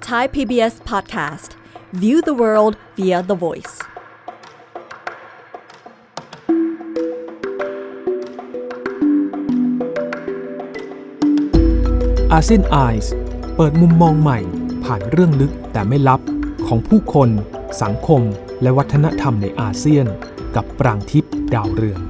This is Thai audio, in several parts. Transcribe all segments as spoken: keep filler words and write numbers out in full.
Thai พี บี เอส Podcast View the world via the voice อาเซียน Eyes เปิดมุมมองใหม่ผ่านเรื่องลึกแต่ไม่ลับของผู้คนสังคมและวัฒนธรรมในอาเซียนกับปรางทิพย์ดาวเรือง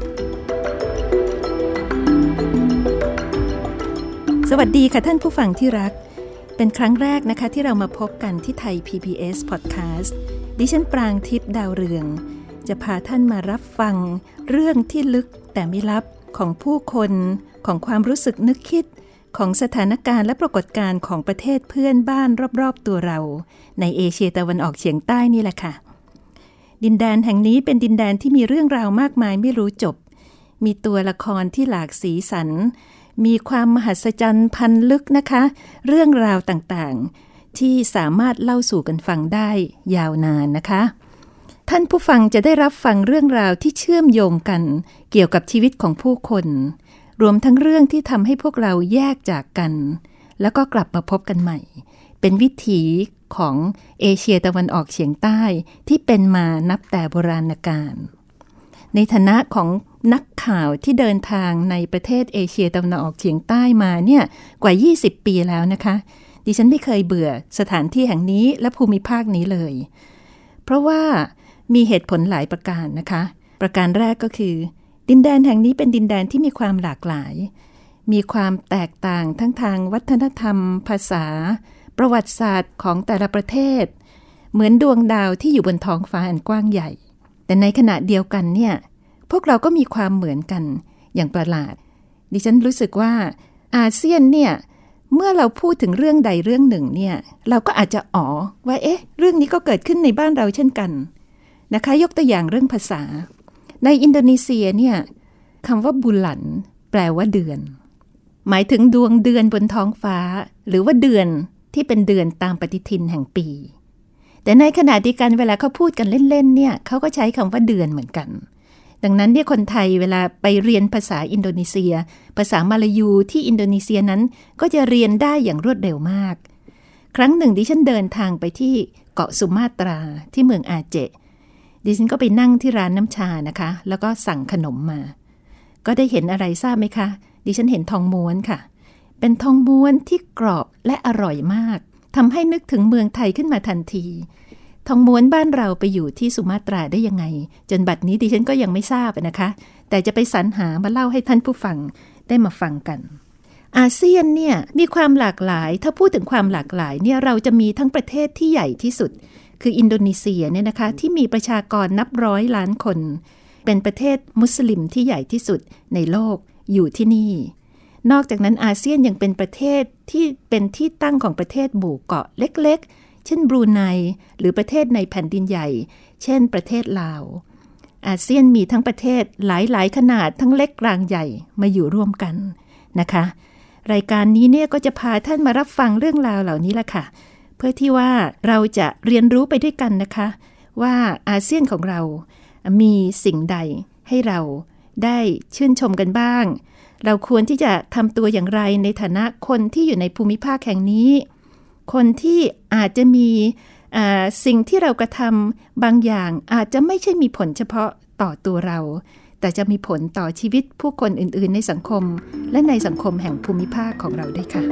สวัสดีค่ะท่านผู้ฟังที่รักเป็นครั้งแรกนะคะที่เรามาพบกันที่ไทย พี บี เอส Podcast ดิฉันปรางทิพย์ดาวเรืองจะพาท่านมารับฟังเรื่องที่ลึกแต่ไม่ลับของผู้คนของความรู้สึกนึกคิดของสถานการณ์และปรากฏการณ์ของประเทศเพื่อนบ้านรอบๆตัวเราในเอเชียตะวันออกเฉียงใต้นี่แหละค่ะดินแดนแห่งนี้เป็นดินแดนที่มีเรื่องราวมากมายไม่รู้จบมีตัวละครที่หลากสีสันมีความมหัศจรรย์พันลึกนะคะเรื่องราวต่างๆที่สามารถเล่าสู่กันฟังได้ยาวนานนะคะท่านผู้ฟังจะได้รับฟังเรื่องราวที่เชื่อมโยงกันเกี่ยวกับชีวิตของผู้คนรวมทั้งเรื่องที่ทำให้พวกเราแยกจากกันแล้วก็กลับมาพบกันใหม่เป็นวิถีของเอเชียตะวันออกเฉียงใต้ที่เป็นมานับแต่โบราณกาลในฐานะของนักข่าวที่เดินทางในประเทศเอเชียตะวันออกเฉียงใต้มาเนี่ยกว่ายี่สิบปีแล้วนะคะดิฉันไม่เคยเบื่อสถานที่แห่งนี้และภูมิภาคนี้เลยเพราะว่ามีเหตุผลหลายประการนะคะประการแรกก็คือดินแดนแห่งนี้เป็นดินแดนที่มีความหลากหลายมีความแตกต่างทั้งทางวัฒนธรรมภาษาประวัติศาสตร์ของแต่ละประเทศเหมือนดวงดาวที่อยู่บนท้องฟ้าอันกว้างใหญ่แต่ในขณะเดียวกันเนี่ยพวกเราก็มีความเหมือนกันอย่างประหลาดดิฉันรู้สึกว่าอาเซียนเนี่ยเมื่อเราพูดถึงเรื่องใดเรื่องหนึ่งเนี่ยเราก็อาจจะอ๋อว่าเอ๊ะเรื่องนี้ก็เกิดขึ้นในบ้านเราเช่นกันนะคะยกตัวอย่างเรื่องภาษาในอินโดนีเซียเนี่ยคำว่าบุลันแปลว่าเดือนหมายถึงดวงเดือนบนท้องฟ้าหรือว่าเดือนที่เป็นเดือนตามปฏิทินแห่งปีแต่ในขณะเดียวกันเวลาเขาพูดกันเล่นๆเนี่ยเขาก็ใช้คำว่าเดือนเหมือนกันดังนั้นเนี่ยคนไทยเวลาไปเรียนภาษาอินโดนีเซียภาษามาลายูที่อินโดนีเซียนั้นก็จะเรียนได้อย่างรวดเร็วมากครั้งหนึ่งดิฉันเดินทางไปที่เกาะสุมาตราที่เมืองอาเจดิฉันก็ไปนั่งที่ร้านน้ำชานะคะแล้วก็สั่งขนมมาก็ได้เห็นอะไรทราบไหมคะดิฉันเห็นทองม้วนค่ะเป็นทองม้วนที่กรอบและอร่อยมากทำให้นึกถึงเมืองไทยขึ้นมาทันทีทองม้วนบ้านเราไปอยู่ที่สุมาตราได้ยังไงจนบัดนี้ดิฉันก็ยังไม่ทราบนะคะแต่จะไปสรรหามาเล่าให้ท่านผู้ฟังได้มาฟังกันอาเซียนเนี่ยมีความหลากหลายถ้าพูดถึงความหลากหลายเนี่ยเราจะมีทั้งประเทศที่ใหญ่ที่สุดคืออินโดนีเซียเนี่ยนะคะที่มีประชากรนับร้อยล้านคนเป็นประเทศมุสลิมที่ใหญ่ที่สุดในโลกอยู่ที่นี่นอกจากนั้นอาเซียนยังเป็นประเทศที่เป็นที่ตั้งของประเทศหมู่เกาะเล็กๆเช่นบรูไนหรือประเทศในแผ่นดินใหญ่เช่นประเทศลาวอาเซียนมีทั้งประเทศหลายๆขนาดทั้งเล็กกลางใหญ่มาอยู่ร่วมกันนะคะรายการนี้เนี่ยก็จะพาท่านมารับฟังเรื่องราวเหล่านี้ละค่ะเพื่อที่ว่าเราจะเรียนรู้ไปด้วยกันนะคะว่าอาเซียนของเรามีสิ่งใดให้เราได้ชื่นชมกันบ้างเราควรที่จะทำตัวอย่างไรในฐานะคนที่อยู่ในภูมิภาคแห่งนี้คนที่อาจจะมีสิ่งที่เรากระทำบางอย่างอาจจะไม่ใช่มีผลเฉพาะต่อตัวเราแต่จะมีผลต่อชีวิตผู้คนอื่นๆในสังคมและในสังคมแห่งภูมิภาคของเราด้วยค่ะ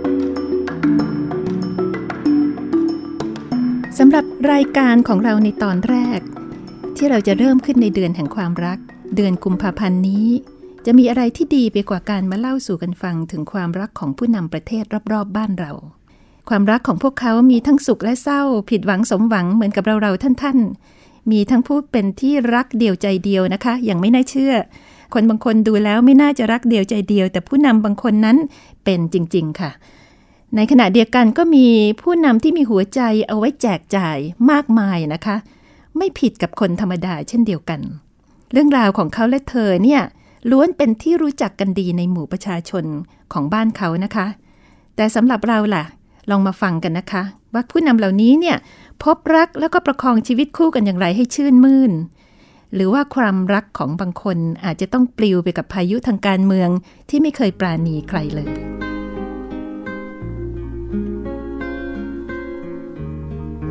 สำหรับรายการของเราในตอนแรกที่เราจะเริ่มขึ้นในเดือนแห่งความรักเดือนกุมภาพันธ์นี้จะมีอะไรที่ดีไปกว่าการมาเล่าสู่กันฟังถึงความรักของผู้นำประเทศรอบๆบ้านเราความรักของพวกเขามีทั้งสุขและเศร้าผิดหวังสมหวังเหมือนกับเราๆท่านๆมีทั้งผู้เป็นที่รักเดียวใจเดียวนะคะอย่างไม่น่าเชื่อคนบางคนดูแล้วไม่น่าจะรักเดียวใจเดียวแต่ผู้นำบางคนนั้นเป็นจริงๆค่ะในขณะเดียวกันก็มีผู้นำที่มีหัวใจเอาไว้แจกจ่ายมากมายนะคะไม่ผิดกับคนธรรมดาเช่นเดียวกันเรื่องราวของเขาและเธอเนี่ยล้วนเป็นที่รู้จักกันดีในหมู่ประชาชนของบ้านเขานะคะแต่สำหรับเราล่ะลองมาฟังกันนะคะว่าผู้นำเหล่านี้เนี่ยพบรักแล้วก็ประคองชีวิตคู่กันอย่างไรให้ชื่นมื่นหรือว่าความรักของบางคนอาจจะต้องปลิวไปกับพายุทางการเมืองที่ไม่เคยปราณีใครเลย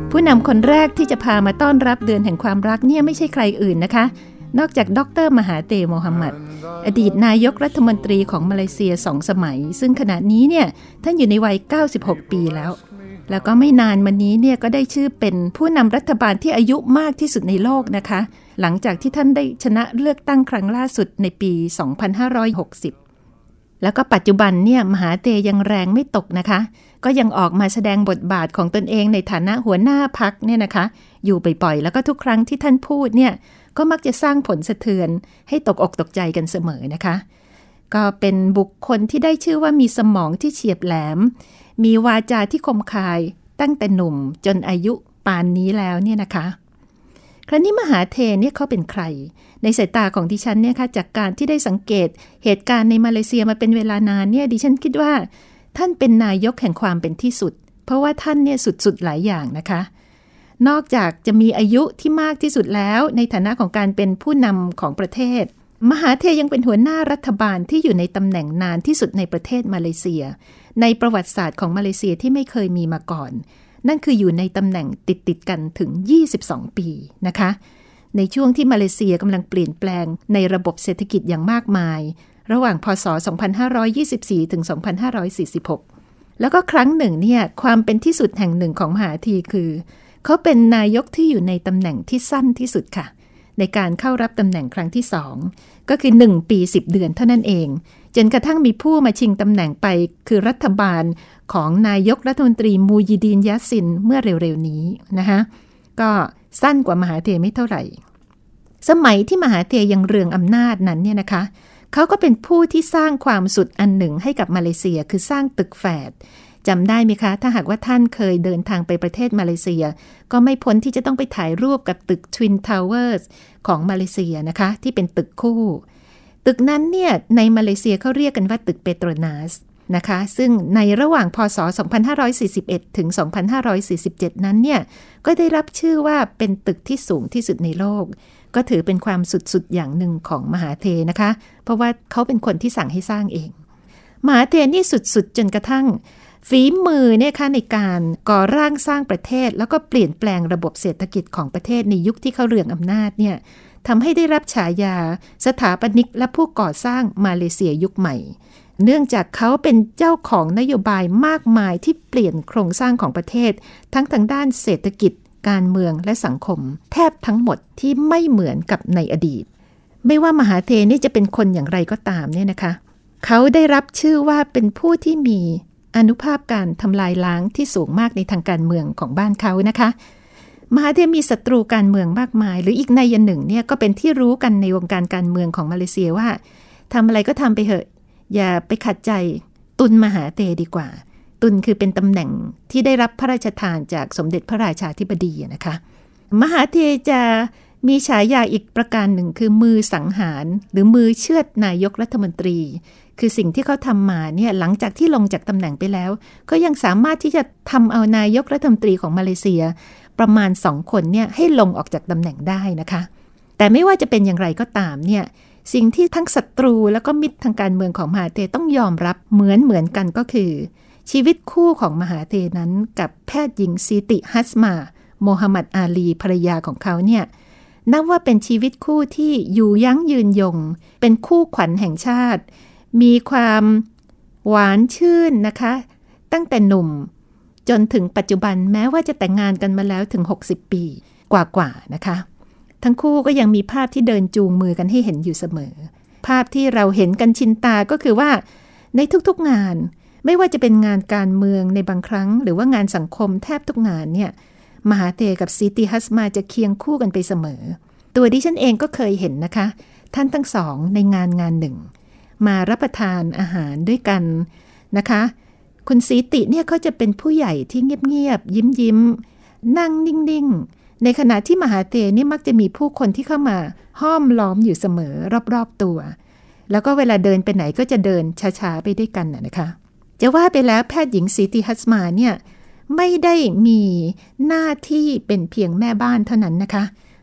ผู้นำคนแรกที่จะพามาต้อนรับเดือนแห่งความรักเนี่ยไม่ใช่ใครอื่นนะคะนอกจากดร.มหาเตโมฮัมหมัดอดีตนายกรัฐมนตรีของมาเลเซียสองสมัยซึ่งขณะนี้เนี่ยท่านอยู่ในวัยเก้าสิบหกปีแล้วแล้วก็ไม่นานมานี้เนี่ยก็ได้ชื่อเป็นผู้นำรัฐบาลที่อายุมากที่สุดในโลกนะคะหลังจากที่ท่านได้ชนะเลือกตั้งครั้งล่าสุดในปีสองพันห้าร้อยหกสิบแล้วก็ปัจจุบันเนี่ยมหาเตยังแรงไม่ตกนะคะก็ยังออกมาแสดงบทบาทของตนเองในฐานะหัวหน้าพรรคเนี่ยนะคะอยู่บ่อยๆแล้วก็ทุกครั้งที่ท่านพูดเนี่ยก็มักจะสร้างผลสะเทือนให้ตกอกตกใจกันเสมอนะคะก็เป็นบุคคลที่ได้ชื่อว่ามีสมองที่เฉียบแหลมมีวาจาที่คมคายตั้งแต่หนุ่มจนอายุป่านนี้แล้วเนี่ยนะคะคราวนี้มหาเทเนี่ยเขาเป็นใครในสายตาของดิฉันเนี่ยค่ะจากการที่ได้สังเกตเหตุการณ์ในมาเลเซียมาเป็นเวลานานเนี่ยดิฉันคิดว่าท่านเป็นนายกแห่งความเป็นที่สุดเพราะว่าท่านเนี่ยสุดๆหลายอย่างนะคะนอกจากจะมีอายุที่มากที่สุดแล้วในฐานะของการเป็นผู้นำของประเทศมหาเทยังเป็นหัวหน้ารัฐบาลที่อยู่ในตำแหน่งนานที่สุดในประเทศมาเลเซียในประวัติศาสตร์ของมาเลเซียที่ไม่เคยมีมาก่อนนั่นคืออยู่ในตำแหน่งติดๆกันถึงยี่สิบสองปีนะคะในช่วงที่มาเลเซียกำลังเปลี่ยนแปลงในระบบเศรษฐกิจอย่างมากมายระหว่างพ.ศ. สองพันห้าร้อยยี่สิบสี่ ถึง สองพันห้าร้อยสี่สิบหกแล้วก็ครั้งหนึ่งเนี่ยความเป็นที่สุดแห่งหนึ่งของมหาเทคือเขาเป็นนายกที่อยู่ในตำแหน่งที่สั้นที่สุดค่ะในการเข้ารับตำแหน่งครั้งที่สองก็คือหนึ่งปีสิบเดือนเท่านั้นเองจนกระทั่งมีผู้มาชิงตำแหน่งไปคือรัฐบาลของนายกรัฐมนตรีมูยิดีนยาซินเมื่อเร็วๆนี้นะคะก็สั้นกว่ามหาเทไม่เท่าไหร่สมัยที่มหาเทยังเรืองอำนาจนั้นเนี่ยนะคะเขาก็เป็นผู้ที่สร้างความสุดอันหนึ่งให้กับมาเลเซียคือสร้างตึกแฝดจำได้ไหมคะถ้าหากว่าท่านเคยเดินทางไปประเทศมาเลเซียก็ไม่พ้นที่จะต้องไปถ่ายรูปกับตึก Twin Towers ของมาเลเซียนะคะที่เป็นตึกคู่ตึกนั้นเนี่ยในมาเลเซียเขาเรียกกันว่าตึกเปโตรนัสนะคะซึ่งในระหว่างพ.ศ. สองพันห้าร้อยสี่สิบเอ็ด ถึง สองพันห้าร้อยสี่สิบเจ็ดนั้นเนี่ยก็ได้รับชื่อว่าเป็นตึกที่สูงที่สุดในโลกก็ถือเป็นความสุดๆอย่างหนึ่งของมหาเทนะคะเพราะว่าเขาเป็นคนที่สั่งให้สร้างเองมหาเทนี่สุดๆจนกระทั่งฝีมือเนี่ยค่ะในการก่อร่างสร้างประเทศแล้วก็เปลี่ยนแปลงระบบเศรษฐกิจของประเทศในยุคที่เขาเรืองอำนาจเนี่ยทำให้ได้รับฉายาสถาปนิกและผู้ก่อสร้างมาเลเซียยุคใหม่เนื่องจากเขาเป็นเจ้าของนโยบายมากมายที่เปลี่ยนโครงสร้างของประเทศทั้งทางด้านเศรษฐกิจการเมืองและสังคมแทบทั้งหมดที่ไม่เหมือนกับในอดีตไม่ว่ามหาเทนี่จะเป็นคนอย่างไรก็ตามเนี่ยนะคะเขาได้รับชื่อว่าเป็นผู้ที่มีอานุภาพการทำลายล้างที่สูงมากในทางการเมืองของบ้านเขานะคะมหาเทมีศัตรูการเมืองมากมายหรืออีกนัยหนึ่งเนี่ยก็เป็นที่รู้กันในวงการการเมืองของมาเลเซียว่าทำอะไรก็ทำไปเถอะอย่าไปขัดใจตุนมหาเทดีกว่าตุนคือเป็นตำแหน่งที่ได้รับพระราชทานจากสมเด็จพระราชาธิบดีนะคะมหาเทจะมีฉายาอีกประการหนึ่งคือมือสังหารหรือมือเชือดนายกรัฐมนตรีคือสิ่งที่เขาทำมาเนี่ยหลังจากที่ลงจากตำแหน่งไปแล้วก็ยังสามารถที่จะทำเอานายกรัฐมนตรีของมาเลเซียประมาณสองคนเนี่ยให้ลงออกจากตำแหน่งได้นะคะแต่ไม่ว่าจะเป็นอย่างไรก็ตามเนี่ยสิ่งที่ทั้งศัตรูแล้วก็มิตรทางการเมืองของมหาเทต้องยอมรับเหมือนเหมือนกันก็คือชีวิตคู่ของมหาเทนั้นกับแพทย์หญิงซีติฮัสมาโมฮัมหมัดอาลีภรรยาของเขาเนี่ยนับว่าเป็นชีวิตคู่ที่อยู่ยั้งยืนยงเป็นคู่ขวัญแห่งชาติมีความหวานชื่นนะคะตั้งแต่หนุ่มจนถึงปัจจุบันแม้ว่าจะแต่งงานกันมาแล้วถึงหกสิบปีกว่าๆนะคะทั้งคู่ก็ยังมีภาพที่เดินจูงมือกันให้เห็นอยู่เสมอภาพที่เราเห็นกันชินตาก็คือว่าในทุกๆงานไม่ว่าจะเป็นงานการเมืองในบางครั้งหรือว่างานสังคมแทบทุกงานเนี่ยมหาเทกับซีติฮัสมาจะเคียงคู่กันไปเสมอตัวดิฉันเองก็เคยเห็นนะคะท่านทั้งสองในงานงานหนึ่งมารับประทานอาหารด้วยกันนะคะคุณซีติเนี่ยเขาจะเป็นผู้ใหญ่ที่เงียบๆยิ้มๆนั่งนิ่งๆในขณะที่มหาเทนี่มักจะมีผู้คนที่เข้ามาห้อมล้อมอยู่เสมอรอบๆตัวแล้วก็เวลาเดินไปไหนก็จะเดินช้าๆไปด้วยกันนะคะจะว่าไปแล้วแพทย์หญิงซีติฮัสมาเนี่ยไม่ได้มีหน้าที่เป็นเพียงแม่บ้านเท่านั้นนะคะ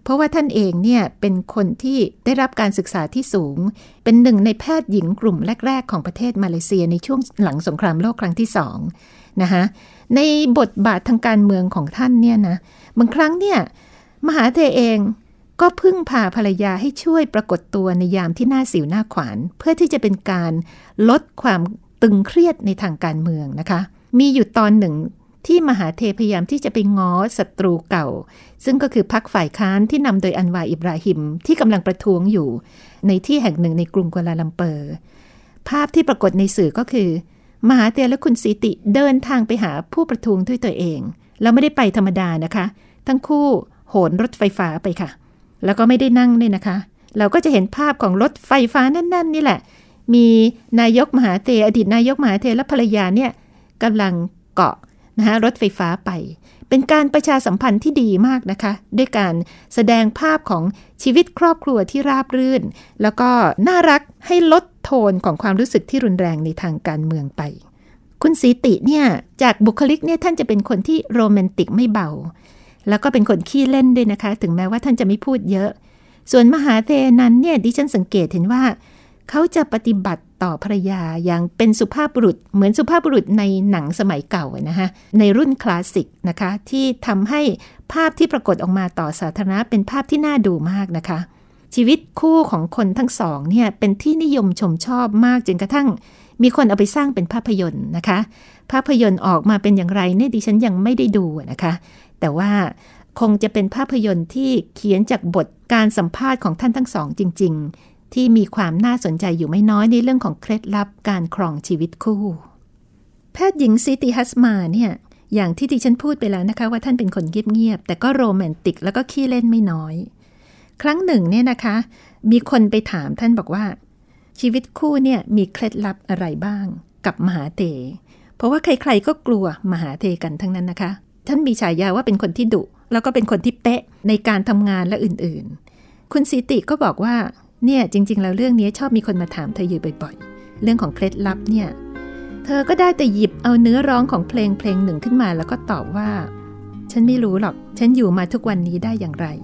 เพราะว่าท่านเองเนี่ยเป็นคนที่ได้รับการศึกษาที่สูงเป็นหนึ่งในแพทย์หญิงกลุ่มแรกๆของประเทศมาเลเซียในช่วงหลังสงครามโลกครั้งที่สองนะคะในบทบาททางการเมืองของท่านเนี่ยนะบางครั้งเนี่ยมหาเทเองก็พึ่งพาภรรยาให้ช่วยปรากฏตัวในยามที่หน้าสิวหน้าขวานเพื่อที่จะเป็นการลดความตึงเครียดในทางการเมืองนะคะมีอยู่ตอนหนึ่งที่มหาเทพยายามที่จะไปง้อศัตรูเก่าซึ่งก็คือพรรคฝ่ายค้านที่นำโดยอันวาอิบราฮิมที่กำลังประท้วงอยู่ในที่แห่งหนึ่งในกรุงกัวลาลัมเปอร์ภาพที่ปรากฏในสื่อก็คือมหาเทและคุณสีติเดินทางไปหาผู้ประท้วงด้วยตัวเองแล้วไม่ได้ไปธรรมดานะคะทั้งคู่โหนรถไฟฟ้าไปค่ะแล้วก็ไม่ได้นั่งด้วยนะคะเราก็จะเห็นภาพของรถไฟฟ้าแน่นๆนี่แหละมีนายกมหาเทอดีตนายกมหาเทและภรรยาเนี่ยกำลังเกาะนะคะรถไฟฟ้าไปเป็นการประชาสัมพันธ์ที่ดีมากนะคะด้วยการแสดงภาพของชีวิตครอบครัวที่ราบรื่นแล้วก็น่ารักให้ลดโทนของความรู้สึกที่รุนแรงในทางการเมืองไปคุณสีติเนี่ยจากบุคลิกเนี่ยท่านจะเป็นคนที่โรแมนติกไม่เบาแล้วก็เป็นคนขี้เล่นด้วยนะคะถึงแม้ว่าท่านจะไม่พูดเยอะส่วนมหาเทนั้นเนี่ยดิฉันสังเกตเห็นว่าเขาจะปฏิบัติต่อภรรยาอย่างเป็นสุภาพบุรุษเหมือนสุภาพบุรุษในหนังสมัยเก่านะคะในรุ่นคลาสสิกนะคะที่ทำให้ภาพที่ปรากฏออกมาต่อสาธารณะเป็นภาพที่น่าดูมากนะคะชีวิตคู่ของคนทั้งสองเนี่ยเป็นที่นิยมชมชอบมากจนกระทั่งมีคนเอาไปสร้างเป็นภาพยนตร์นะคะภาพยนตร์ออกมาเป็นอย่างไรเนี่ยดิฉันยังไม่ได้ดูนะคะแต่ว่าคงจะเป็นภาพยนตร์ที่เขียนจากบทการสัมภาษณ์ของท่านทั้งสองจริงๆที่มีความน่าสนใจอยู่ไม่น้อยในเรื่องของเคล็ดลับการครองชีวิตคู่แพทย์หญิงซิติฮัสมาเนี่ยอย่างที่ดิฉันพูดไปแล้วนะคะว่าท่านเป็นคนเงียบๆแต่ก็โรแมนติกแล้วก็ขี้เล่นไม่น้อยครั้งหนึ่งเนี่ยนะคะมีคนไปถามท่านบอกว่าชีวิตคู่เนี่ยมีเคล็ดลับอะไรบ้างกับมหาเทเพราะว่าใครๆก็กลัวมหาเทกันทั้งนั้นนะคะท่านมีฉายาว่าเป็นคนที่ดุแล้วก็เป็นคนที่เป๊ะในการทำงานและอื่นๆคุณสีติก็บอกว่าเนี่ยจริงๆแล้วเรื่องนี้ชอบมีคนมาถามเธออยู่บ่อยๆเรื่องของเคล็ดลับเนี่ยเธอก็ได้แต่หยิบเอาเนื้อร้องของเพลงเพลงหนึ่งขึ้นมาแล้วก็ตอบว่าฉันไม่รู้หรอกฉันอยู่มาทุกวันนี้ได้อย่างไร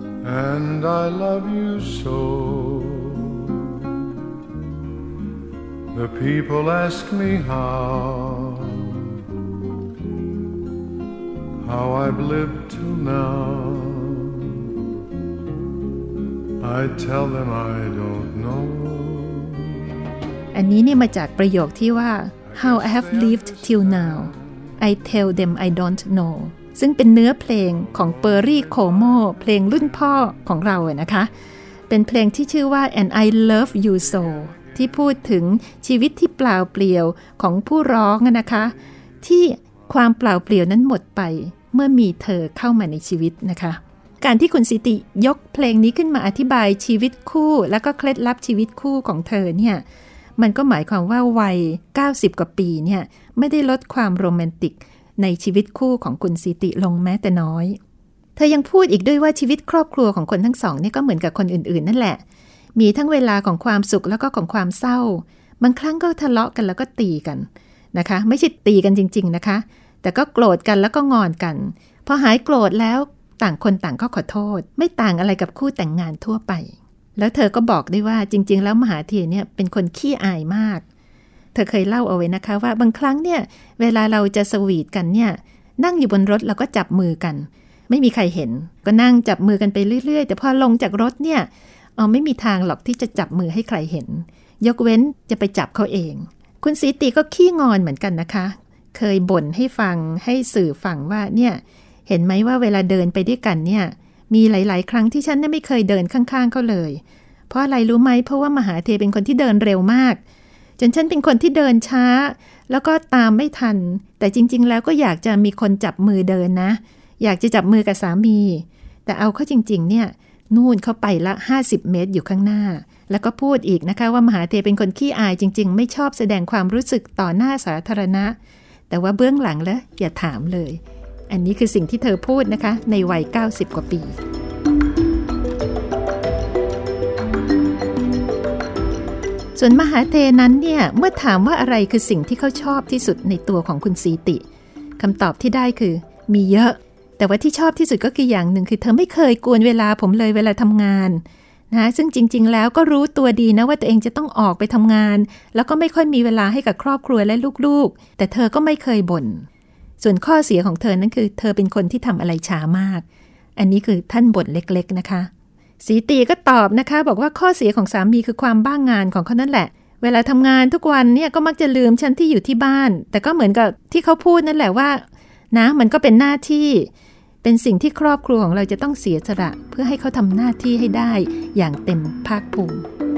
And I love you so The people ask me how How I've lived till now I tell them I don't know อันนี้เนี่ยมาจากประโยคที่ว่า How I have lived till now I tell them I don't know ซึ่งเป็นเนื้อเพลงของเปอร์รี่โคโมเพลงรุ่นพ่อของเราอะนะคะเป็นเพลงที่ชื่อว่า And I Love You So ที่พูดถึงชีวิตที่เปล่าเปลี่ยวของผู้ร้องนะคะที่ความเปล่าเปลี่ยวนั้นหมดไปเมื่อมีเธอเข้ามาในชีวิตนะคะการที่คุณสิติยกเพลงนี้ขึ้นมาอธิบายชีวิตคู่แล้วก็เคล็ดลับชีวิตคู่ของเธอเนี่ยมันก็หมายความว่าวัยเก้าสิบกว่าปีเนี่ยไม่ได้ลดความโรแมนติกในชีวิตคู่ของคุณสิติลงแม้แต่น้อยเธอยังพูดอีกด้วยว่าชีวิตครอบครัวของคนทั้งสองเนี่ยก็เหมือนกับคนอื่นๆนั่นแหละมีทั้งเวลาของความสุขแล้วก็ของความเศร้าบางครั้งก็ทะเลาะกันแล้วก็ตีกันนะคะไม่ใช่ตีกันจริงๆนะคะแต่ก็โกรธกันแล้วก็งอนกันพอหายโกรธแล้วต่างคนต่างก็ขอโทษไม่ต่างอะไรกับคู่แต่งงานทั่วไปแล้วเธอก็บอกด้วยว่าจริงๆแล้วมหาเทเนี่ยเป็นคนขี้อายมากเธอเคยเล่าเอาไว้นะคะว่าบางครั้งเนี่ยเวลาเราจะสวีทกันเนี่ยนั่งอยู่บนรถเราก็จับมือกันไม่มีใครเห็นก็นั่งจับมือกันไปเรื่อยๆแต่พอลงจากรถเนี่ยเออไม่มีทางหรอกที่จะจับมือให้ใครเห็นยกเว้นจะไปจับเขาเองคุณสีติก็ขี้งอนเหมือนกันนะคะเคยบ่นให้ฟังให้สื่อฟังว่าเนี่ยเห็นไหมว่าเวลาเดินไปด้วยกันเนี่ยมีหลายๆครั้งที่ฉันไม่เคยเดินข้างๆเขาเลยเพราะอะไรรู้ไหมเพราะว่ามหาเทเป็นคนที่เดินเร็วมากจนฉันเป็นคนที่เดินช้าแล้วก็ตามไม่ทันแต่จริงๆแล้วก็อยากจะมีคนจับมือเดินนะอยากจะจับมือกับสามีแต่เอาเข้าจริงๆเนี่ยนู่นเขาไปละห้าสิบเมตรอยู่ข้างหน้าแล้วก็พูดอีกนะคะว่ามหาเทเป็นคนขี้อายจริงๆไม่ชอบแสดงความรู้สึกต่อหน้าสาธารณะแต่ว่าเบื้องหลังแล้วอย่าถามเลยอันนี้คือสิ่งที่เธอพูดนะคะในวัยเก้าสิบกว่าปีส่วนมหาเทนั้นเนี่ยเมื่อถามว่าอะไรคือสิ่งที่เขาชอบที่สุดในตัวของคุณสีติคำตอบที่ได้คือมีเยอะแต่ว่าที่ชอบที่สุดก็คืออย่างหนึ่งคือเธอไม่เคยกวนเวลาผมเลยเวลาทำงานนะซึ่งจริงๆแล้วก็รู้ตัวดีนะว่าตัวเองจะต้องออกไปทำงานแล้วก็ไม่ค่อยมีเวลาให้กับครอบครัวและลูกๆแต่เธอก็ไม่เคยบ่นส่วนข้อเสียของเธอนั้นคือเธอเป็นคนที่ทำอะไรช้ามากอันนี้คือท่านบ่นเล็กๆนะคะสีตีก็ตอบนะคะบอกว่าข้อเสียของสามีคือความบ้างงานของเขานั่นแหละเวลาทำงานทุกวันเนี่ยก็มักจะลืมฉันที่อยู่ที่บ้านแต่ก็เหมือนกับที่เขาพูดนั่นแหละว่านะมันก็เป็นหน้าที่เป็นสิ่งที่ครอบครัวของเราจะต้องเสียสละเพื่อให้เขาทำหน้าที่ให้ได้อย่างเต็มภาคภูมิ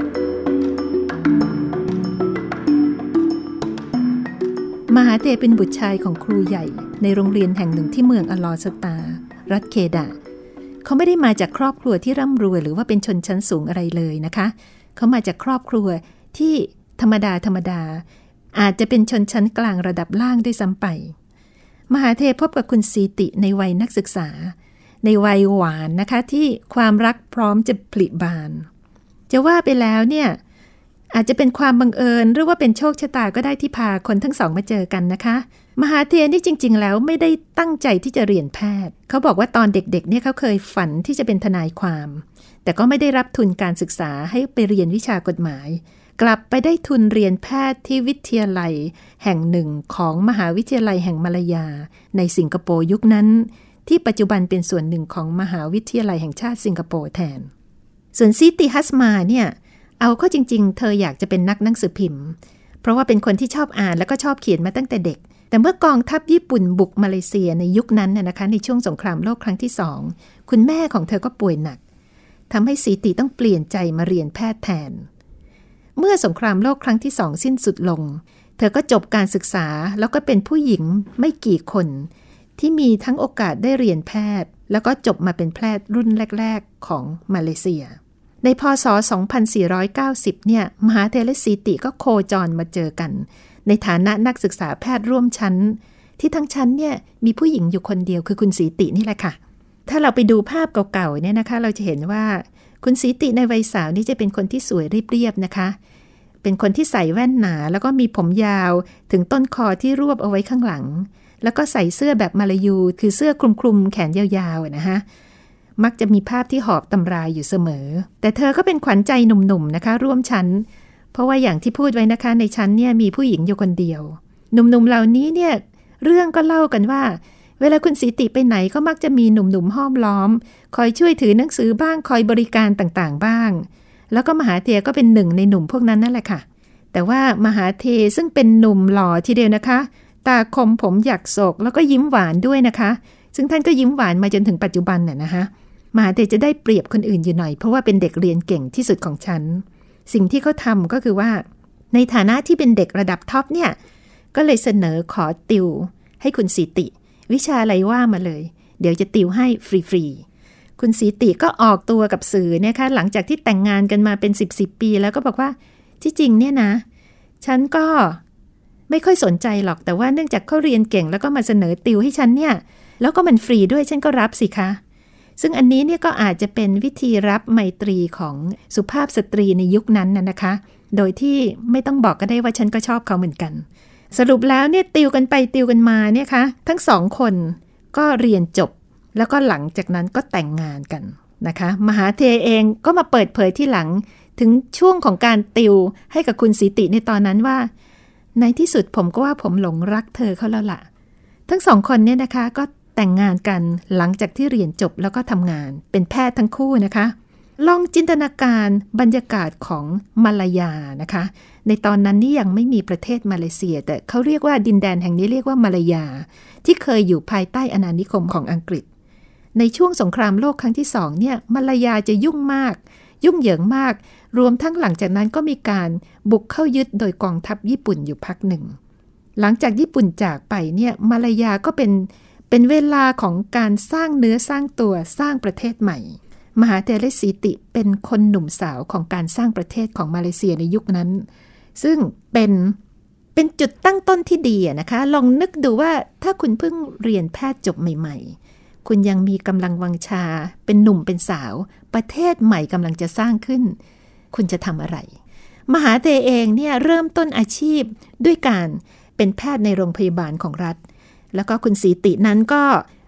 มหาเทเป็นบุตรชายของครูใหญ่ในโรงเรียนแห่งหนึ่งที่เมืองอลอสตารัฐเคดะเขาไม่ได้มาจากครอบครัวที่ร่ำรวยหรือว่าเป็นชนชั้นสูงอะไรเลยนะคะเขามาจากครอบครัวที่ธรรมดาธรรมดาอาจจะเป็นชนชั้นกลางระดับล่างด้วยซ้ำไปมหาเทพบกับคุณสีติในวัยนักศึกษาในวัยหวานนะคะที่ความรักพร้อมจะผลิบานจะว่าไปแล้วเนี่ยอาจจะเป็นความบังเอิญหรือว่าเป็นโชคชะตาก็ได้ที่พาคนทั้งสองมาเจอกันนะคะมหาเทนี่จริงๆแล้วไม่ได้ตั้งใจที่จะเรียนแพทย์เขาบอกว่าตอนเด็กๆเนี่ยเขาเคยฝันที่จะเป็นทนายความแต่ก็ไม่ได้รับทุนการศึกษาให้ไปเรียนวิชากฎหมายกลับไปได้ทุนเรียนแพทย์ที่วิทยาลัยแห่งหนึ่งของมหาวิทยาลัยแห่งมาลายาในสิงคโปร์ยุคนั้นที่ปัจจุบันเป็นส่วนหนึ่งของมหาวิทยาลัยแห่งชาติสิงคโปร์แทนส่วนซิติฮัสมาเนี่ยเอาเข้าจริงๆเธออยากจะเป็นนักหนังสือพิมพ์เพราะว่าเป็นคนที่ชอบอ่านแล้วก็ชอบเขียนมาตั้งแต่เด็กแต่เมื่อกองทัพญี่ปุ่นบุกมาเลเซียในยุคนั้นนะคะในช่วงสงครามโลกครั้งที่สองคุณแม่ของเธอก็ป่วยหนักทำให้ซิติต้องเปลี่ยนใจมาเรียนแพทย์แทนเมื่อสงครามโลกครั้งที่สองสิ้นสุดลงเธอก็จบการศึกษาแล้วก็เป็นผู้หญิงไม่กี่คนที่มีทั้งโอกาสได้เรียนแพทย์แล้วก็จบมาเป็นแพทย์รุ่นแรกๆของมาเลเซียในพ.ศ. สองพันสี่ร้อยเก้าสิบเนี่ยมหาเทและสีติก็โคจรมาเจอกันในฐานะนักศึกษาแพทย์ร่วมชั้นที่ทั้งชั้นเนี่ยมีผู้หญิงอยู่คนเดียวคือคุณสีตินี่แหละค่ะถ้าเราไปดูภาพเก่าๆเนี่ยนะคะเราจะเห็นว่าคุณสีติในวัยสาวนี่จะเป็นคนที่สวยเรียบๆนะคะเป็นคนที่ใส่แว่นหนาแล้วก็มีผมยาวถึงต้นคอที่รวบเอาไว้ข้างหลังแล้วก็ใส่เสื้อแบบมาลายูคือเสื้อคลุมๆแขนยาวๆนะคะมักจะมีภาพที่หอบตำราอยู่เสมอแต่เธอก็เป็นขวัญใจหนุ่มๆนะคะร่วมชั้นเพราะว่าอย่างที่พูดไว้นะคะในชั้นเนี่ยมีผู้หญิงอยู่คนเดียวหนุ่มๆเหล่านี้เนี่ยเรื่องก็เล่ากันว่าเวลาคุณสีติไปไหนก็มักจะมีหนุ่มๆห้อมล้อมคอยช่วยถือหนังสือบ้างคอยบริการต่างๆบ้างแล้วก็มหาเทก็เป็นหนึ่งในหนุ่มพวกนั้นนั่นแหละค่ะแต่ว่ามหาเทซึ่งเป็นหนุ่มหล่อทีเดียวนะคะตาคมผมหยักโศกแล้วก็ยิ้มหวานด้วยนะคะซึ่งท่านก็ยิ้มหวานมาจนถึงปัจจุบันน่ะนะคะมหาเทจะได้เปรียบคนอื่นอยู่หน่อยเพราะว่าเป็นเด็กเรียนเก่งที่สุดของฉันสิ่งที่เขาทำก็คือว่าในฐานะที่เป็นเด็กระดับท็อปเนี่ยก็เลยเสนอขอติวให้คุณสีติวิชาอะไรว่ามาเลยเดี๋ยวจะติวให้ฟรีๆคุณสีติก็ออกตัวกับสื่อนะคะหลังจากที่แต่งงานกันมาเป็นสิบสิบปีแล้วก็บอกว่าที่จริงเนี่ยนะฉันก็ไม่ค่อยสนใจหรอกแต่ว่าเนื่องจากเขาเรียนเก่งแล้วก็มาเสนอติวให้ฉันเนี่ยแล้วก็มันฟรีด้วยฉันก็รับสิคะซึ่งอันนี้เนี่ยก็อาจจะเป็นวิธีรับไมตรีของสุภาพสตรีในยุคนั้นน่ะนะคะโดยที่ไม่ต้องบอกก็ได้ว่าฉันก็ชอบเขาเหมือนกันสรุปแล้วเนี่ยติวกันไปติวกันมาเนี่ยคะทั้งสองคนก็เรียนจบแล้วก็หลังจากนั้นก็แต่งงานกันนะคะมหาเทเองก็มาเปิดเผยที่หลังถึงช่วงของการติวให้กับคุณสีติในตอนนั้นว่าในที่สุดผมก็ว่าผมหลงรักเธอเขาแล้วล่ะทั้งสองคนเนี่ยนะคะก็แต่งงานกันหลังจากที่เรียนจบแล้วก็ทำงานเป็นแพทย์ทั้งคู่นะคะลองจินตนาการบรรยากาศของมาลายานะคะในตอนนั้นนี่ยังไม่มีประเทศมาเลเซียแต่เขาเรียกว่าดินแดนแห่งนี้เรียกว่ามาลายาที่เคยอยู่ภายใต้อาณานิคมของอังกฤษในช่วงสงครามโลกครั้งที่สองเนี่ยมาลายาจะยุ่งมากยุ่งเหยิงมากรวมทั้งหลังจากนั้นก็มีการบุกเข้ายึดโดยกองทัพญี่ปุ่นอยู่พักหนึ่งหลังจากญี่ปุ่นจากไปเนี่ยมาลายาก็เป็นเป็นเวลาของการสร้างเนื้อสร้างตัวสร้างประเทศใหม่มหาเทเลสีติเป็นคนหนุ่มสาวของการสร้างประเทศของมาเลเซียในยุคนั้นซึ่งเป็นเป็นจุดตั้งต้นที่ดีนะคะลองนึกดูว่าถ้าคุณเพิ่งเรียนแพทย์จบใหม่ๆคุณยังมีกำลังวังชาเป็นหนุ่มเป็นสาวประเทศใหม่กำลังจะสร้างขึ้นคุณจะทำอะไรมหาเทเองเนี่ยเริ่มต้นอาชีพด้วยการเป็นแพทย์ในโรงพยาบาลของรัฐแล้วก็คุณสีตินั้นก็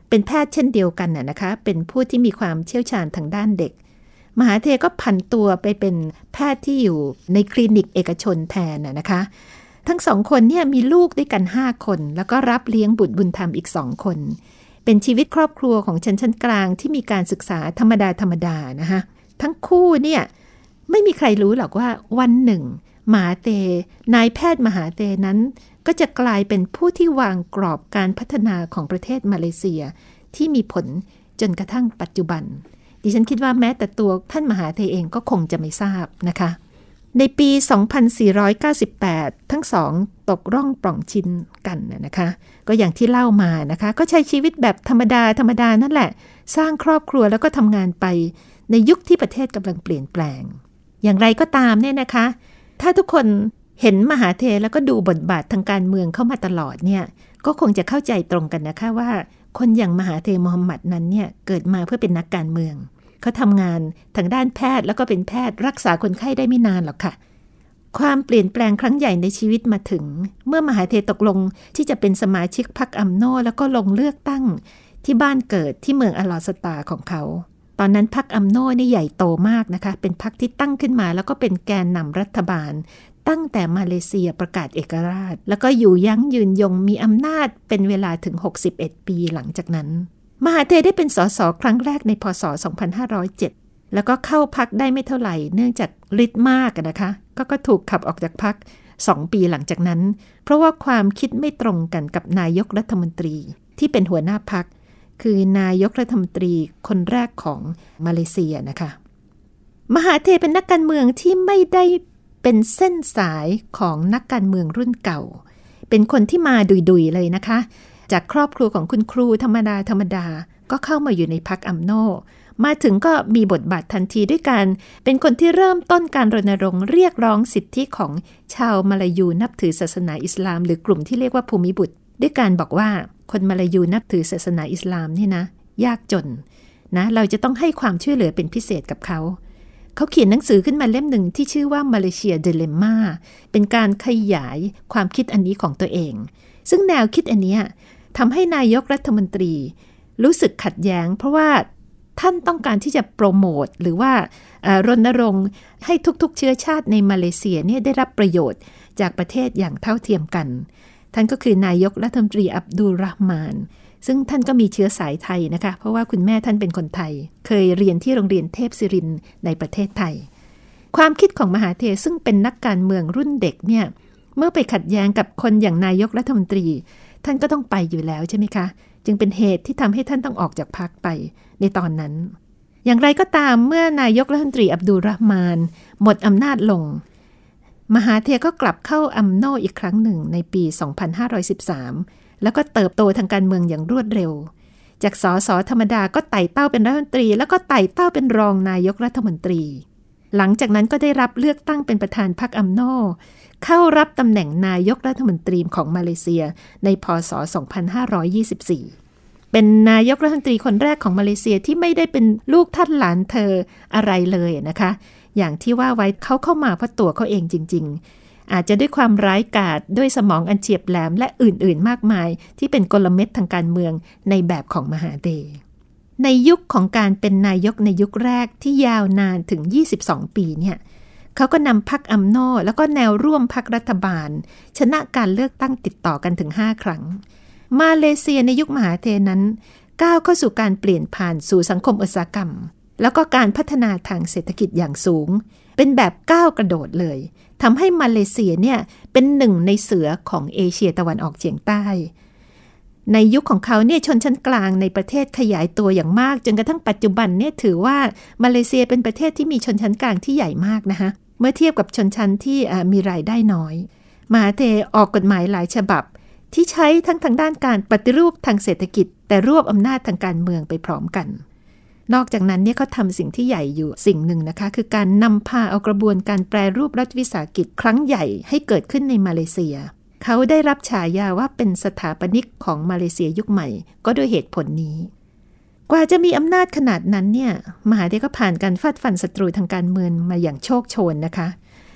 เป็นแพทย์เช่นเดียวกันน่ะนะคะเป็นผู้ที่มีความเชี่ยวชาญทางด้านเด็กมหาเทก็ผันตัวไปเป็นแพทย์ที่อยู่ในคลินิกเอกชนแทนน่ะนะคะทั้งสองคนเนี่ยมีลูกด้วยกันห้าคนแล้วก็รับเลี้ยงบุตรบุญธรรมอีกสองคนเป็นชีวิตครอบครัวของชนชั้นกลางที่มีการศึกษาธรรมดาธรรมดานะคะทั้งคู่เนี่ยไม่มีใครรู้หรอกว่าวันหนึ่งมหาเทนายแพทย์มหาเทนั้นก็จะกลายเป็นผู้ที่วางกรอบการพัฒนาของประเทศมาเลเซียที่มีผลจนกระทั่งปัจจุบันดิฉันคิดว่าแม้แต่ตัวท่านมหาเทเองก็คงจะไม่ทราบนะคะในปี สองพันสี่ร้อยเก้าสิบแปด ทั้งสองตกร่องปล่องชิ้นกันนะคะก็อย่างที่เล่ามานะคะก็ใช้ชีวิตแบบธรรมดาธรรมดานั่นแหละสร้างครอบครัวแล้วก็ทำงานไปในยุคที่ประเทศกำลังเปลี่ยนแปลงอย่างไรก็ตามเนี่ยนะคะถ้าทุกคนเห็นมหาเทแล้วก็ดูบทบาททางการเมืองเข้ามาตลอดเนี่ยก็คงจะเข้าใจตรงกันนะคะว่าคนอย่างมหาเทโมฮัมหมัดนั้นเนี่ยเกิดมาเพื่อเป็นนักการเมืองเขาทำงานทางด้านแพทย์แล้วก็เป็นแพทย์รักษาคนไข้ได้ไม่นานหรอกค่ะความเปลี่ยนแปลงครั้งใหญ่ในชีวิตมาถึงเมื่อมหาเทตกลงที่จะเป็นสมาชิกพรรคอัมโนแล้วก็ลงเลือกตั้งที่บ้านเกิดที่เมืองอลอสตาของเขาตอนนั้นพรรคอัมโนนี่ใหญ่โตมากนะคะเป็นพรรคที่ตั้งขึ้นมาแล้วก็เป็นแกนนำรัฐบาลตั้งแต่มาเลเซียประกาศเอกราชแล้วก็อยู่ยั้งยืนยงมีอำนาจเป็นเวลาถึงหกสิบเอ็ดปีหลังจากนั้นมหาเทได้เป็นสสครั้งแรกในพ.ศ. สองพันห้าร้อยเจ็ดแล้วก็เข้าพรรคได้ไม่เท่าไหร่เนื่องจากฤทธิ์มากนะคะก็ก็ถูกขับออกจากพรรคสองปีหลังจากนั้นเพราะว่าความคิดไม่ตรงกันกับนายกรัฐมนตรีที่เป็นหัวหน้าพรรคคือนายกรัฐมนตรีคนแรกของมาเลเซียนะคะมหาเทเป็นนักการเมืองที่ไม่ได้เป็นเส้นสายของนักการเมืองรุ่นเก่าเป็นคนที่มาดุยๆเลยนะคะจากครอบครัวของคุณครูธรรมดาธรรมดาก็เข้ามาอยู่ในพรรคอัมโนมาถึงก็มีบทบาททันทีด้วยการเป็นคนที่เริ่มต้นการรณรงค์เรียกร้องสิทธิของชาวมาลายูนับถือศาสนาอิสลามหรือกลุ่มที่เรียกว่าภูมิบุตรด้วยการบอกว่าคนมาลายูนับถือศาสนาอิสลามนี่นะยากจนนะเราจะต้องให้ความช่วยเหลือเป็นพิเศษกับเขาเขาเขียนหนังสือขึ้นมาเล่มหนึ่งที่ชื่อว่ามาเลเซียเดเลมม่าเป็นการขยายความคิดอันนี้ของตัวเองซึ่งแนวคิดอันนี้ทำให้นายกรัฐมนตรีรู้สึกขัดแย้งเพราะว่าท่านต้องการที่จะโปรโมทหรือว่ารณรงค์ให้ทุกๆเชื้อชาติในมาเลเซียเนี่ยได้รับประโยชน์จากประเทศอย่างเท่าเทียมกันท่านก็คือนายกรัฐมนตรีอับดุลเราะห์มานซึ่งท่านก็มีเชื้อสายไทยนะคะเพราะว่าคุณแม่ท่านเป็นคนไทยเคยเรียนที่โรงเรียนเทพศิรินทร์ในประเทศไทยความคิดของมหาเทซึ่งเป็นนักการเมืองรุ่นเด็กเนี่ยเมื่อไปขัดแย้งกับคนอย่างนายกรัฐมนตรีท่านก็ต้องไปอยู่แล้วใช่ไหมคะจึงเป็นเหตุที่ทำให้ท่านต้องออกจากพรรคไปในตอนนั้นอย่างไรก็ตามเมื่อนายกรัฐมนตรีอับดุลเราะห์มานหมดอำนาจลงมหาเทก็กลับเข้าอัมโนอีกครั้งหนึ่งในปี สองพันห้าร้อยสิบสาม แล้วก็เติบโตทางการเมืองอย่างรวดเร็วจากสสธรรมดาก็ไต่เต้าเป็นรัฐมนตรีแล้วก็ไต่เต้าเป็นรองนายกรัฐมนตรีหลังจากนั้นก็ได้รับเลือกตั้งเป็นประธานพรรคอัมโนเข้ารับตำแหน่งนายกรัฐมนตรีของมาเลเซียในพ.ศ. สองพันห้าร้อยยี่สิบสี่เป็นนายกรัฐมนตรีคนแรกของมาเลเซียที่ไม่ได้เป็นลูกท่านหลานเธออะไรเลยนะคะอย่างที่ว่าไว้เขาเข้ามาเพราะตัวเขาเองจริงๆอาจจะด้วยความร้ายกาจด้วยสมองอันเฉียบแหลมและอื่นๆมากมายที่เป็นกลเม็ดทางการเมืองในแบบของมหาเทในยุคของการเป็นนายกในยุคแรกที่ยาวนานถึงยี่สิบสองปีเนี่ยเขาก็นำพรรคอัมโนแล้วก็แนวร่วมพรรครัฐบาลชนะการเลือกตั้งติดต่อกันถึงห้าครั้งมาเลเซียในยุคมหาเทนั้นก้าวเข้าสู่การเปลี่ยนผ่านสู่สังคมอุตสาหกรรมแล้วก็การพัฒนาทางเศรษฐกิจอย่างสูงเป็นแบบก้าวกระโดดเลยทำให้มาเลเซียเนี่ยเป็นหนึ่งในเสือของเอเชียตะวันออกเฉียงใต้ในยุคของเขาเนี่ยชนชั้นกลางในประเทศขยายตัวอย่างมากจนกระทั่งปัจจุบันเนี่ยถือว่ามาเลเซียเป็นประเทศที่มีชนชั้นกลางที่ใหญ่มากนะคะเมื่อเทียบกับชนชั้นที่มีรายได้น้อยมหาเทออกกฎหมายหลายฉบับที่ใช้ทั้งทางด้านการปฏิรูปทางเศรษฐกิจแต่รวบอำนาจทางการเมืองไปพร้อมกันนอกจากนั้นเนี่ยเขาทำสิ่งที่ใหญ่อยู่สิ่งหนึ่งนะคะคือการนำพาเอากระบวนการแปรรูปรัฐวิสาหกิจครั้งใหญ่ให้เกิดขึ้นในมาเลเซียเขาได้รับฉายาว่าเป็นสถาปนิกของมาเลเซียยุคใหม่ก็ด้วยเหตุผลนี้กว่าจะมีอำนาจขนาดนั้นเนี่ยมหาเทก็ผ่านการฟาดฟันศัตรูทางการเมืองมาอย่างโชคโชนนะคะ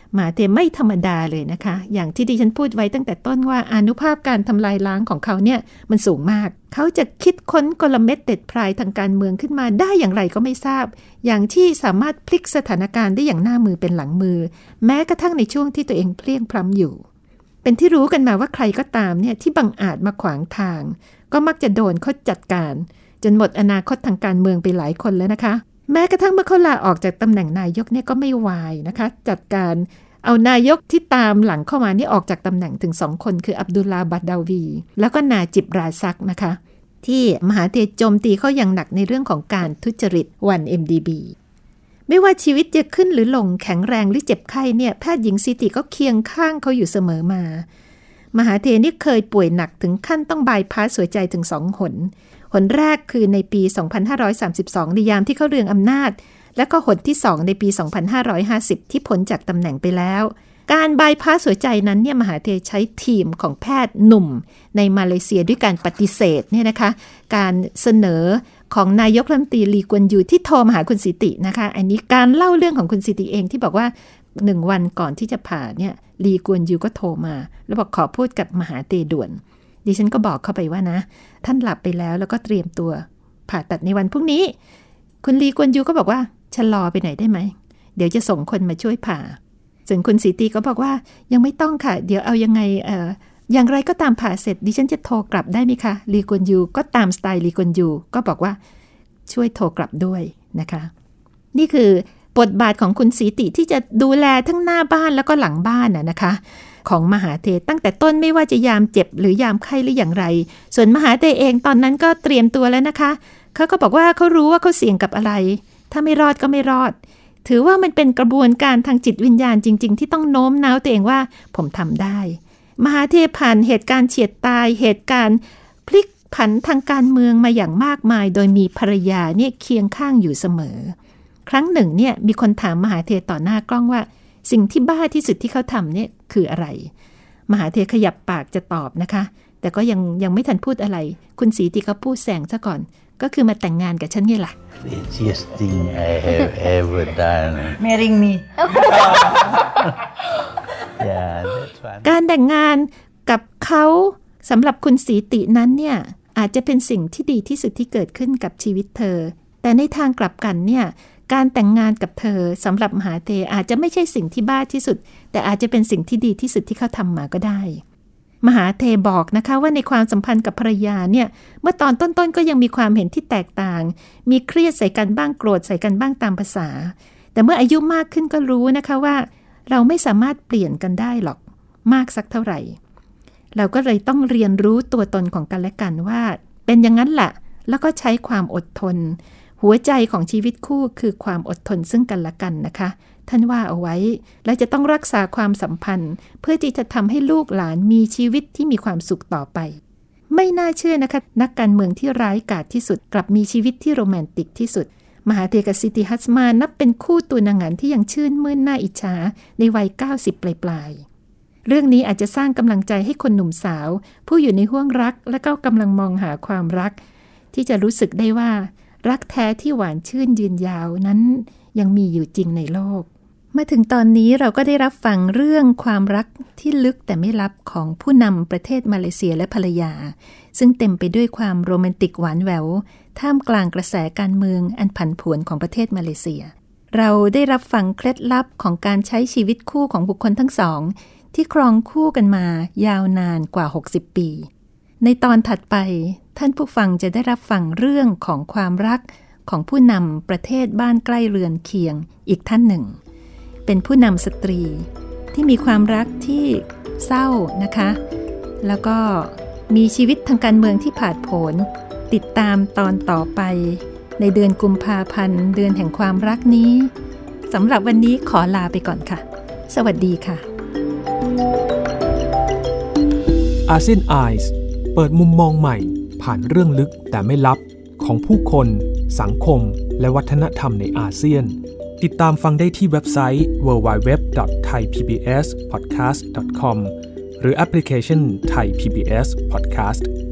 มหาเทไม่ธรรมดาเลยนะคะอย่างที่ดิฉันพูดไว้ตั้งแต่ต้นว่าอานุภาพการทำลายล้างของเขาเนี่ยมันสูงมากเขาจะคิดค้นกลเม็ดเด็ดพรายทางการเมืองขึ้นมาได้อย่างไรก็ไม่ทราบอย่างที่สามารถพลิกสถานการณ์ได้อย่างหน้ามือเป็นหลังมือแม้กระทั่งในช่วงที่ตัวเองเพลียงพล้ำอยู่เป็นที่รู้กันมาว่าใครก็ตามเนี่ยที่บังอาจมาขวางทางก็มักจะโดนเขาจัดการจนหมดอนาคตทางการเมืองไปหลายคนแล้วนะคะแม้กระทั่งเมื่อเขาลาออกจากตำแหน่งนายกเนี่ยก็ไม่วายนะคะจัดการเอานายกที่ตามหลังเข้ามานี่ออกจากตำแหน่งถึงสองคนคืออับดุลลาห์บัดดาวีแล้วก็นาจิบราซักนะคะที่มหาเทโจมตีเขาอย่างหนักในเรื่องของการทุจริต วัน เอ็ม ดี บี ไม่ว่าชีวิตจะขึ้นหรือลงแข็งแรงหรือเจ็บไข้เนี่ยแพทย์หญิงซิติก็เคียงข้างเขาอยู่เสมอมามหาเทนี่เคยป่วยหนักถึงขั้นต้องบายพาสหัวใจถึงสองหนหนแรกคือในปี สองพันห้าร้อยสามสิบสอง ในยามที่เขาเรืองอำนาจและก็หนที่สองในปี สองพันห้าร้อยห้าสิบ ที่พ้นจากตำแหน่งไปแล้วการบายพาสหัวใจนั้นเนี่ยมหาเทใช้ทีมของแพทย์หนุ่มในมาเลเซียด้วยการปฏิเสธเนี่ยนะคะการเสนอของนายกรัฐมนตรีลีกวนยูที่โทรมาหาคุณสิตินะคะอันนี้การเล่าเรื่องของคุณสิติเองที่บอกว่าหนึ่งวันก่อนที่จะผ่าเนี่ยลีกวนยูก็โทรมาแล้วบอกขอพูดกับมหาเทด่วนดิฉันก็บอกเข้าไปว่านะท่านหลับไปแล้วแล้วก็เตรียมตัวผ่าตัดในวันพรุ่งนี้คุณลีกวนยูก็บอกว่าชะลอไปหน่อยได้ไหมเดี๋ยวจะส่งคนมาช่วยผ่าส่วนคุณสีตีก็บอกว่ายังไม่ต้องค่ะเดี๋ยวเอายังไงเอ่ออย่างไรก็ตามผ่าเสร็จดิฉันจะโทรกลับได้ไหมคะลีกวนยูก็ตามสไตล์ลีกวนยูก็บอกว่าช่วยโทรกลับด้วยนะคะนี่คือบทบาทของคุณสีติที่จะดูแลทั้งหน้าบ้านแล้วก็หลังบ้านน่ะนะคะของมหาเทตั้งแต่ต้นไม่ว่าจะยามเจ็บหรือยามไข้หรืออย่างไรส่วนมหาเทเองตอนนั้นก็เตรียมตัวแล้วนะคะเขาก็บอกว่าเขารู้ว่าเขาเสี่ยงกับอะไรถ้าไม่รอดก็ไม่รอดถือว่ามันเป็นกระบวนการทางจิตวิญญาณจริงๆที่ต้องโน้มน้าวตัวเองว่าผมทำได้มหาเทผ่านเหตุการณ์เฉียดตายเหตุการณ์พลิกผันทางการเมืองมาอย่างมากมายโดยมีภรรยาเนี่ยเคียงข้างอยู่เสมอครั้งหนึ่งเนี่ยมีคนถามมหาเทต่อหน้ากล้องว่าสิ่งที่บ้าที่สุดที่เขาทำเนี่ยคืออะไรมหาเทขยับปากจะตอบนะคะแต่ก็ยังยังไม่ทันพูดอะไรคุณสีติเขาพูดแซงซะก่อนก็คือมาแต่งงานกับฉันไงล่ะ The easiest thing I have ever done. Marrying me. Yeah, that's one. การแต่งงานกับเขาสำหรับคุณสีตินั้นเนี่ยอาจจะเป็นสิ่งที่ดีที่สุดที่เกิดขึ้นกับชีวิตเธอแต่ในทางกลับกันเนี่ยการแต่งงานกับเธอสำหรับมหาเทอาจจะไม่ใช่สิ่งที่บ้าที่สุดแต่อาจจะเป็นสิ่งที่ดีที่สุดที่เขาทำมาก็ได้มหาเทบอกนะคะว่าในความสัมพันธ์กับภรรยาเนี่ยเมื่อตอนต้นๆก็ยังมีความเห็นที่แตกต่างมีเครียดใส่กันบ้างโกรธใส่กันบ้างตามภาษาแต่เมื่ออายุมากขึ้นก็รู้นะคะว่าเราไม่สามารถเปลี่ยนกันได้หรอกมากสักเท่าไหร่เราก็เลยต้องเรียนรู้ตัวตนของกันและกันว่าเป็นอย่างนั้นแหละแล้วก็ใช้ความอดทนหัวใจของชีวิตคู่คือความอดทนซึ่งกันและกันนะคะท่านว่าเอาไว้และจะต้องรักษาความสัมพันธ์เพื่อที่จะทำให้ลูกหลานมีชีวิตที่มีความสุขต่อไปไม่น่าเชื่อนะคะนักการเมืองที่ร้ายกาจที่สุดกลับมีชีวิตที่โรแมนติกที่สุดมหาเทกับซิติฮัสมานับเป็นคู่ตัวนางงามที่ยังชื่นมื่นน่าอิจฉาในวัยเก้าสิบปลายๆเรื่องนี้อาจจะสร้างกำลังใจให้คนหนุ่มสาวผู้อยู่ในห้วงรักและก็กำลังมองหาความรักที่จะรู้สึกได้ว่ารักแท้ที่หวานชื่นยืนยาวนั้นยังมีอยู่จริงในโลกมาถึงตอนนี้เราก็ได้รับฟังเรื่องความรักที่ลึกแต่ไม่ลับของผู้นำประเทศมาเลเซียและภรรยาซึ่งเต็มไปด้วยความโรแมนติกหวานแหววท่ามกลางกระแสการเมืองอันผันผวนของประเทศมาเลเซียเราได้รับฟังเคล็ดลับของการใช้ชีวิตคู่ของบุคคลทั้งสองที่ครองคู่กันมายาวนานกว่าหกสิบปีในตอนถัดไปท่านผู้ฟังจะได้รับฟังเรื่องของความรักของผู้นำประเทศบ้านใกล้เรือนเคียงอีกท่านหนึ่งเป็นผู้นำสตรีที่มีความรักที่เศร้านะคะแล้วก็มีชีวิตทางการเมืองที่ผาดโผนติดตามตอนต่อไปในเดือนกุมภาพันธ์เดือนแห่งความรักนี้สำหรับวันนี้ขอลาไปก่อนค่ะสวัสดีค่ะอาเซียน Eyes เปิดมุมมองใหม่ผ่านเรื่องลึกแต่ไม่ลับของผู้คนสังคมและวัฒนธรรมในอาเซียนติดตามฟังได้ที่เว็บไซต์ ดับเบิลยู ดับเบิลยู ดับเบิลยู ดอท ไทย พี บี เอส พอดแคสต์ ดอท คอม หรือแอปพลิเคชัน Thai พี บี เอส Podcast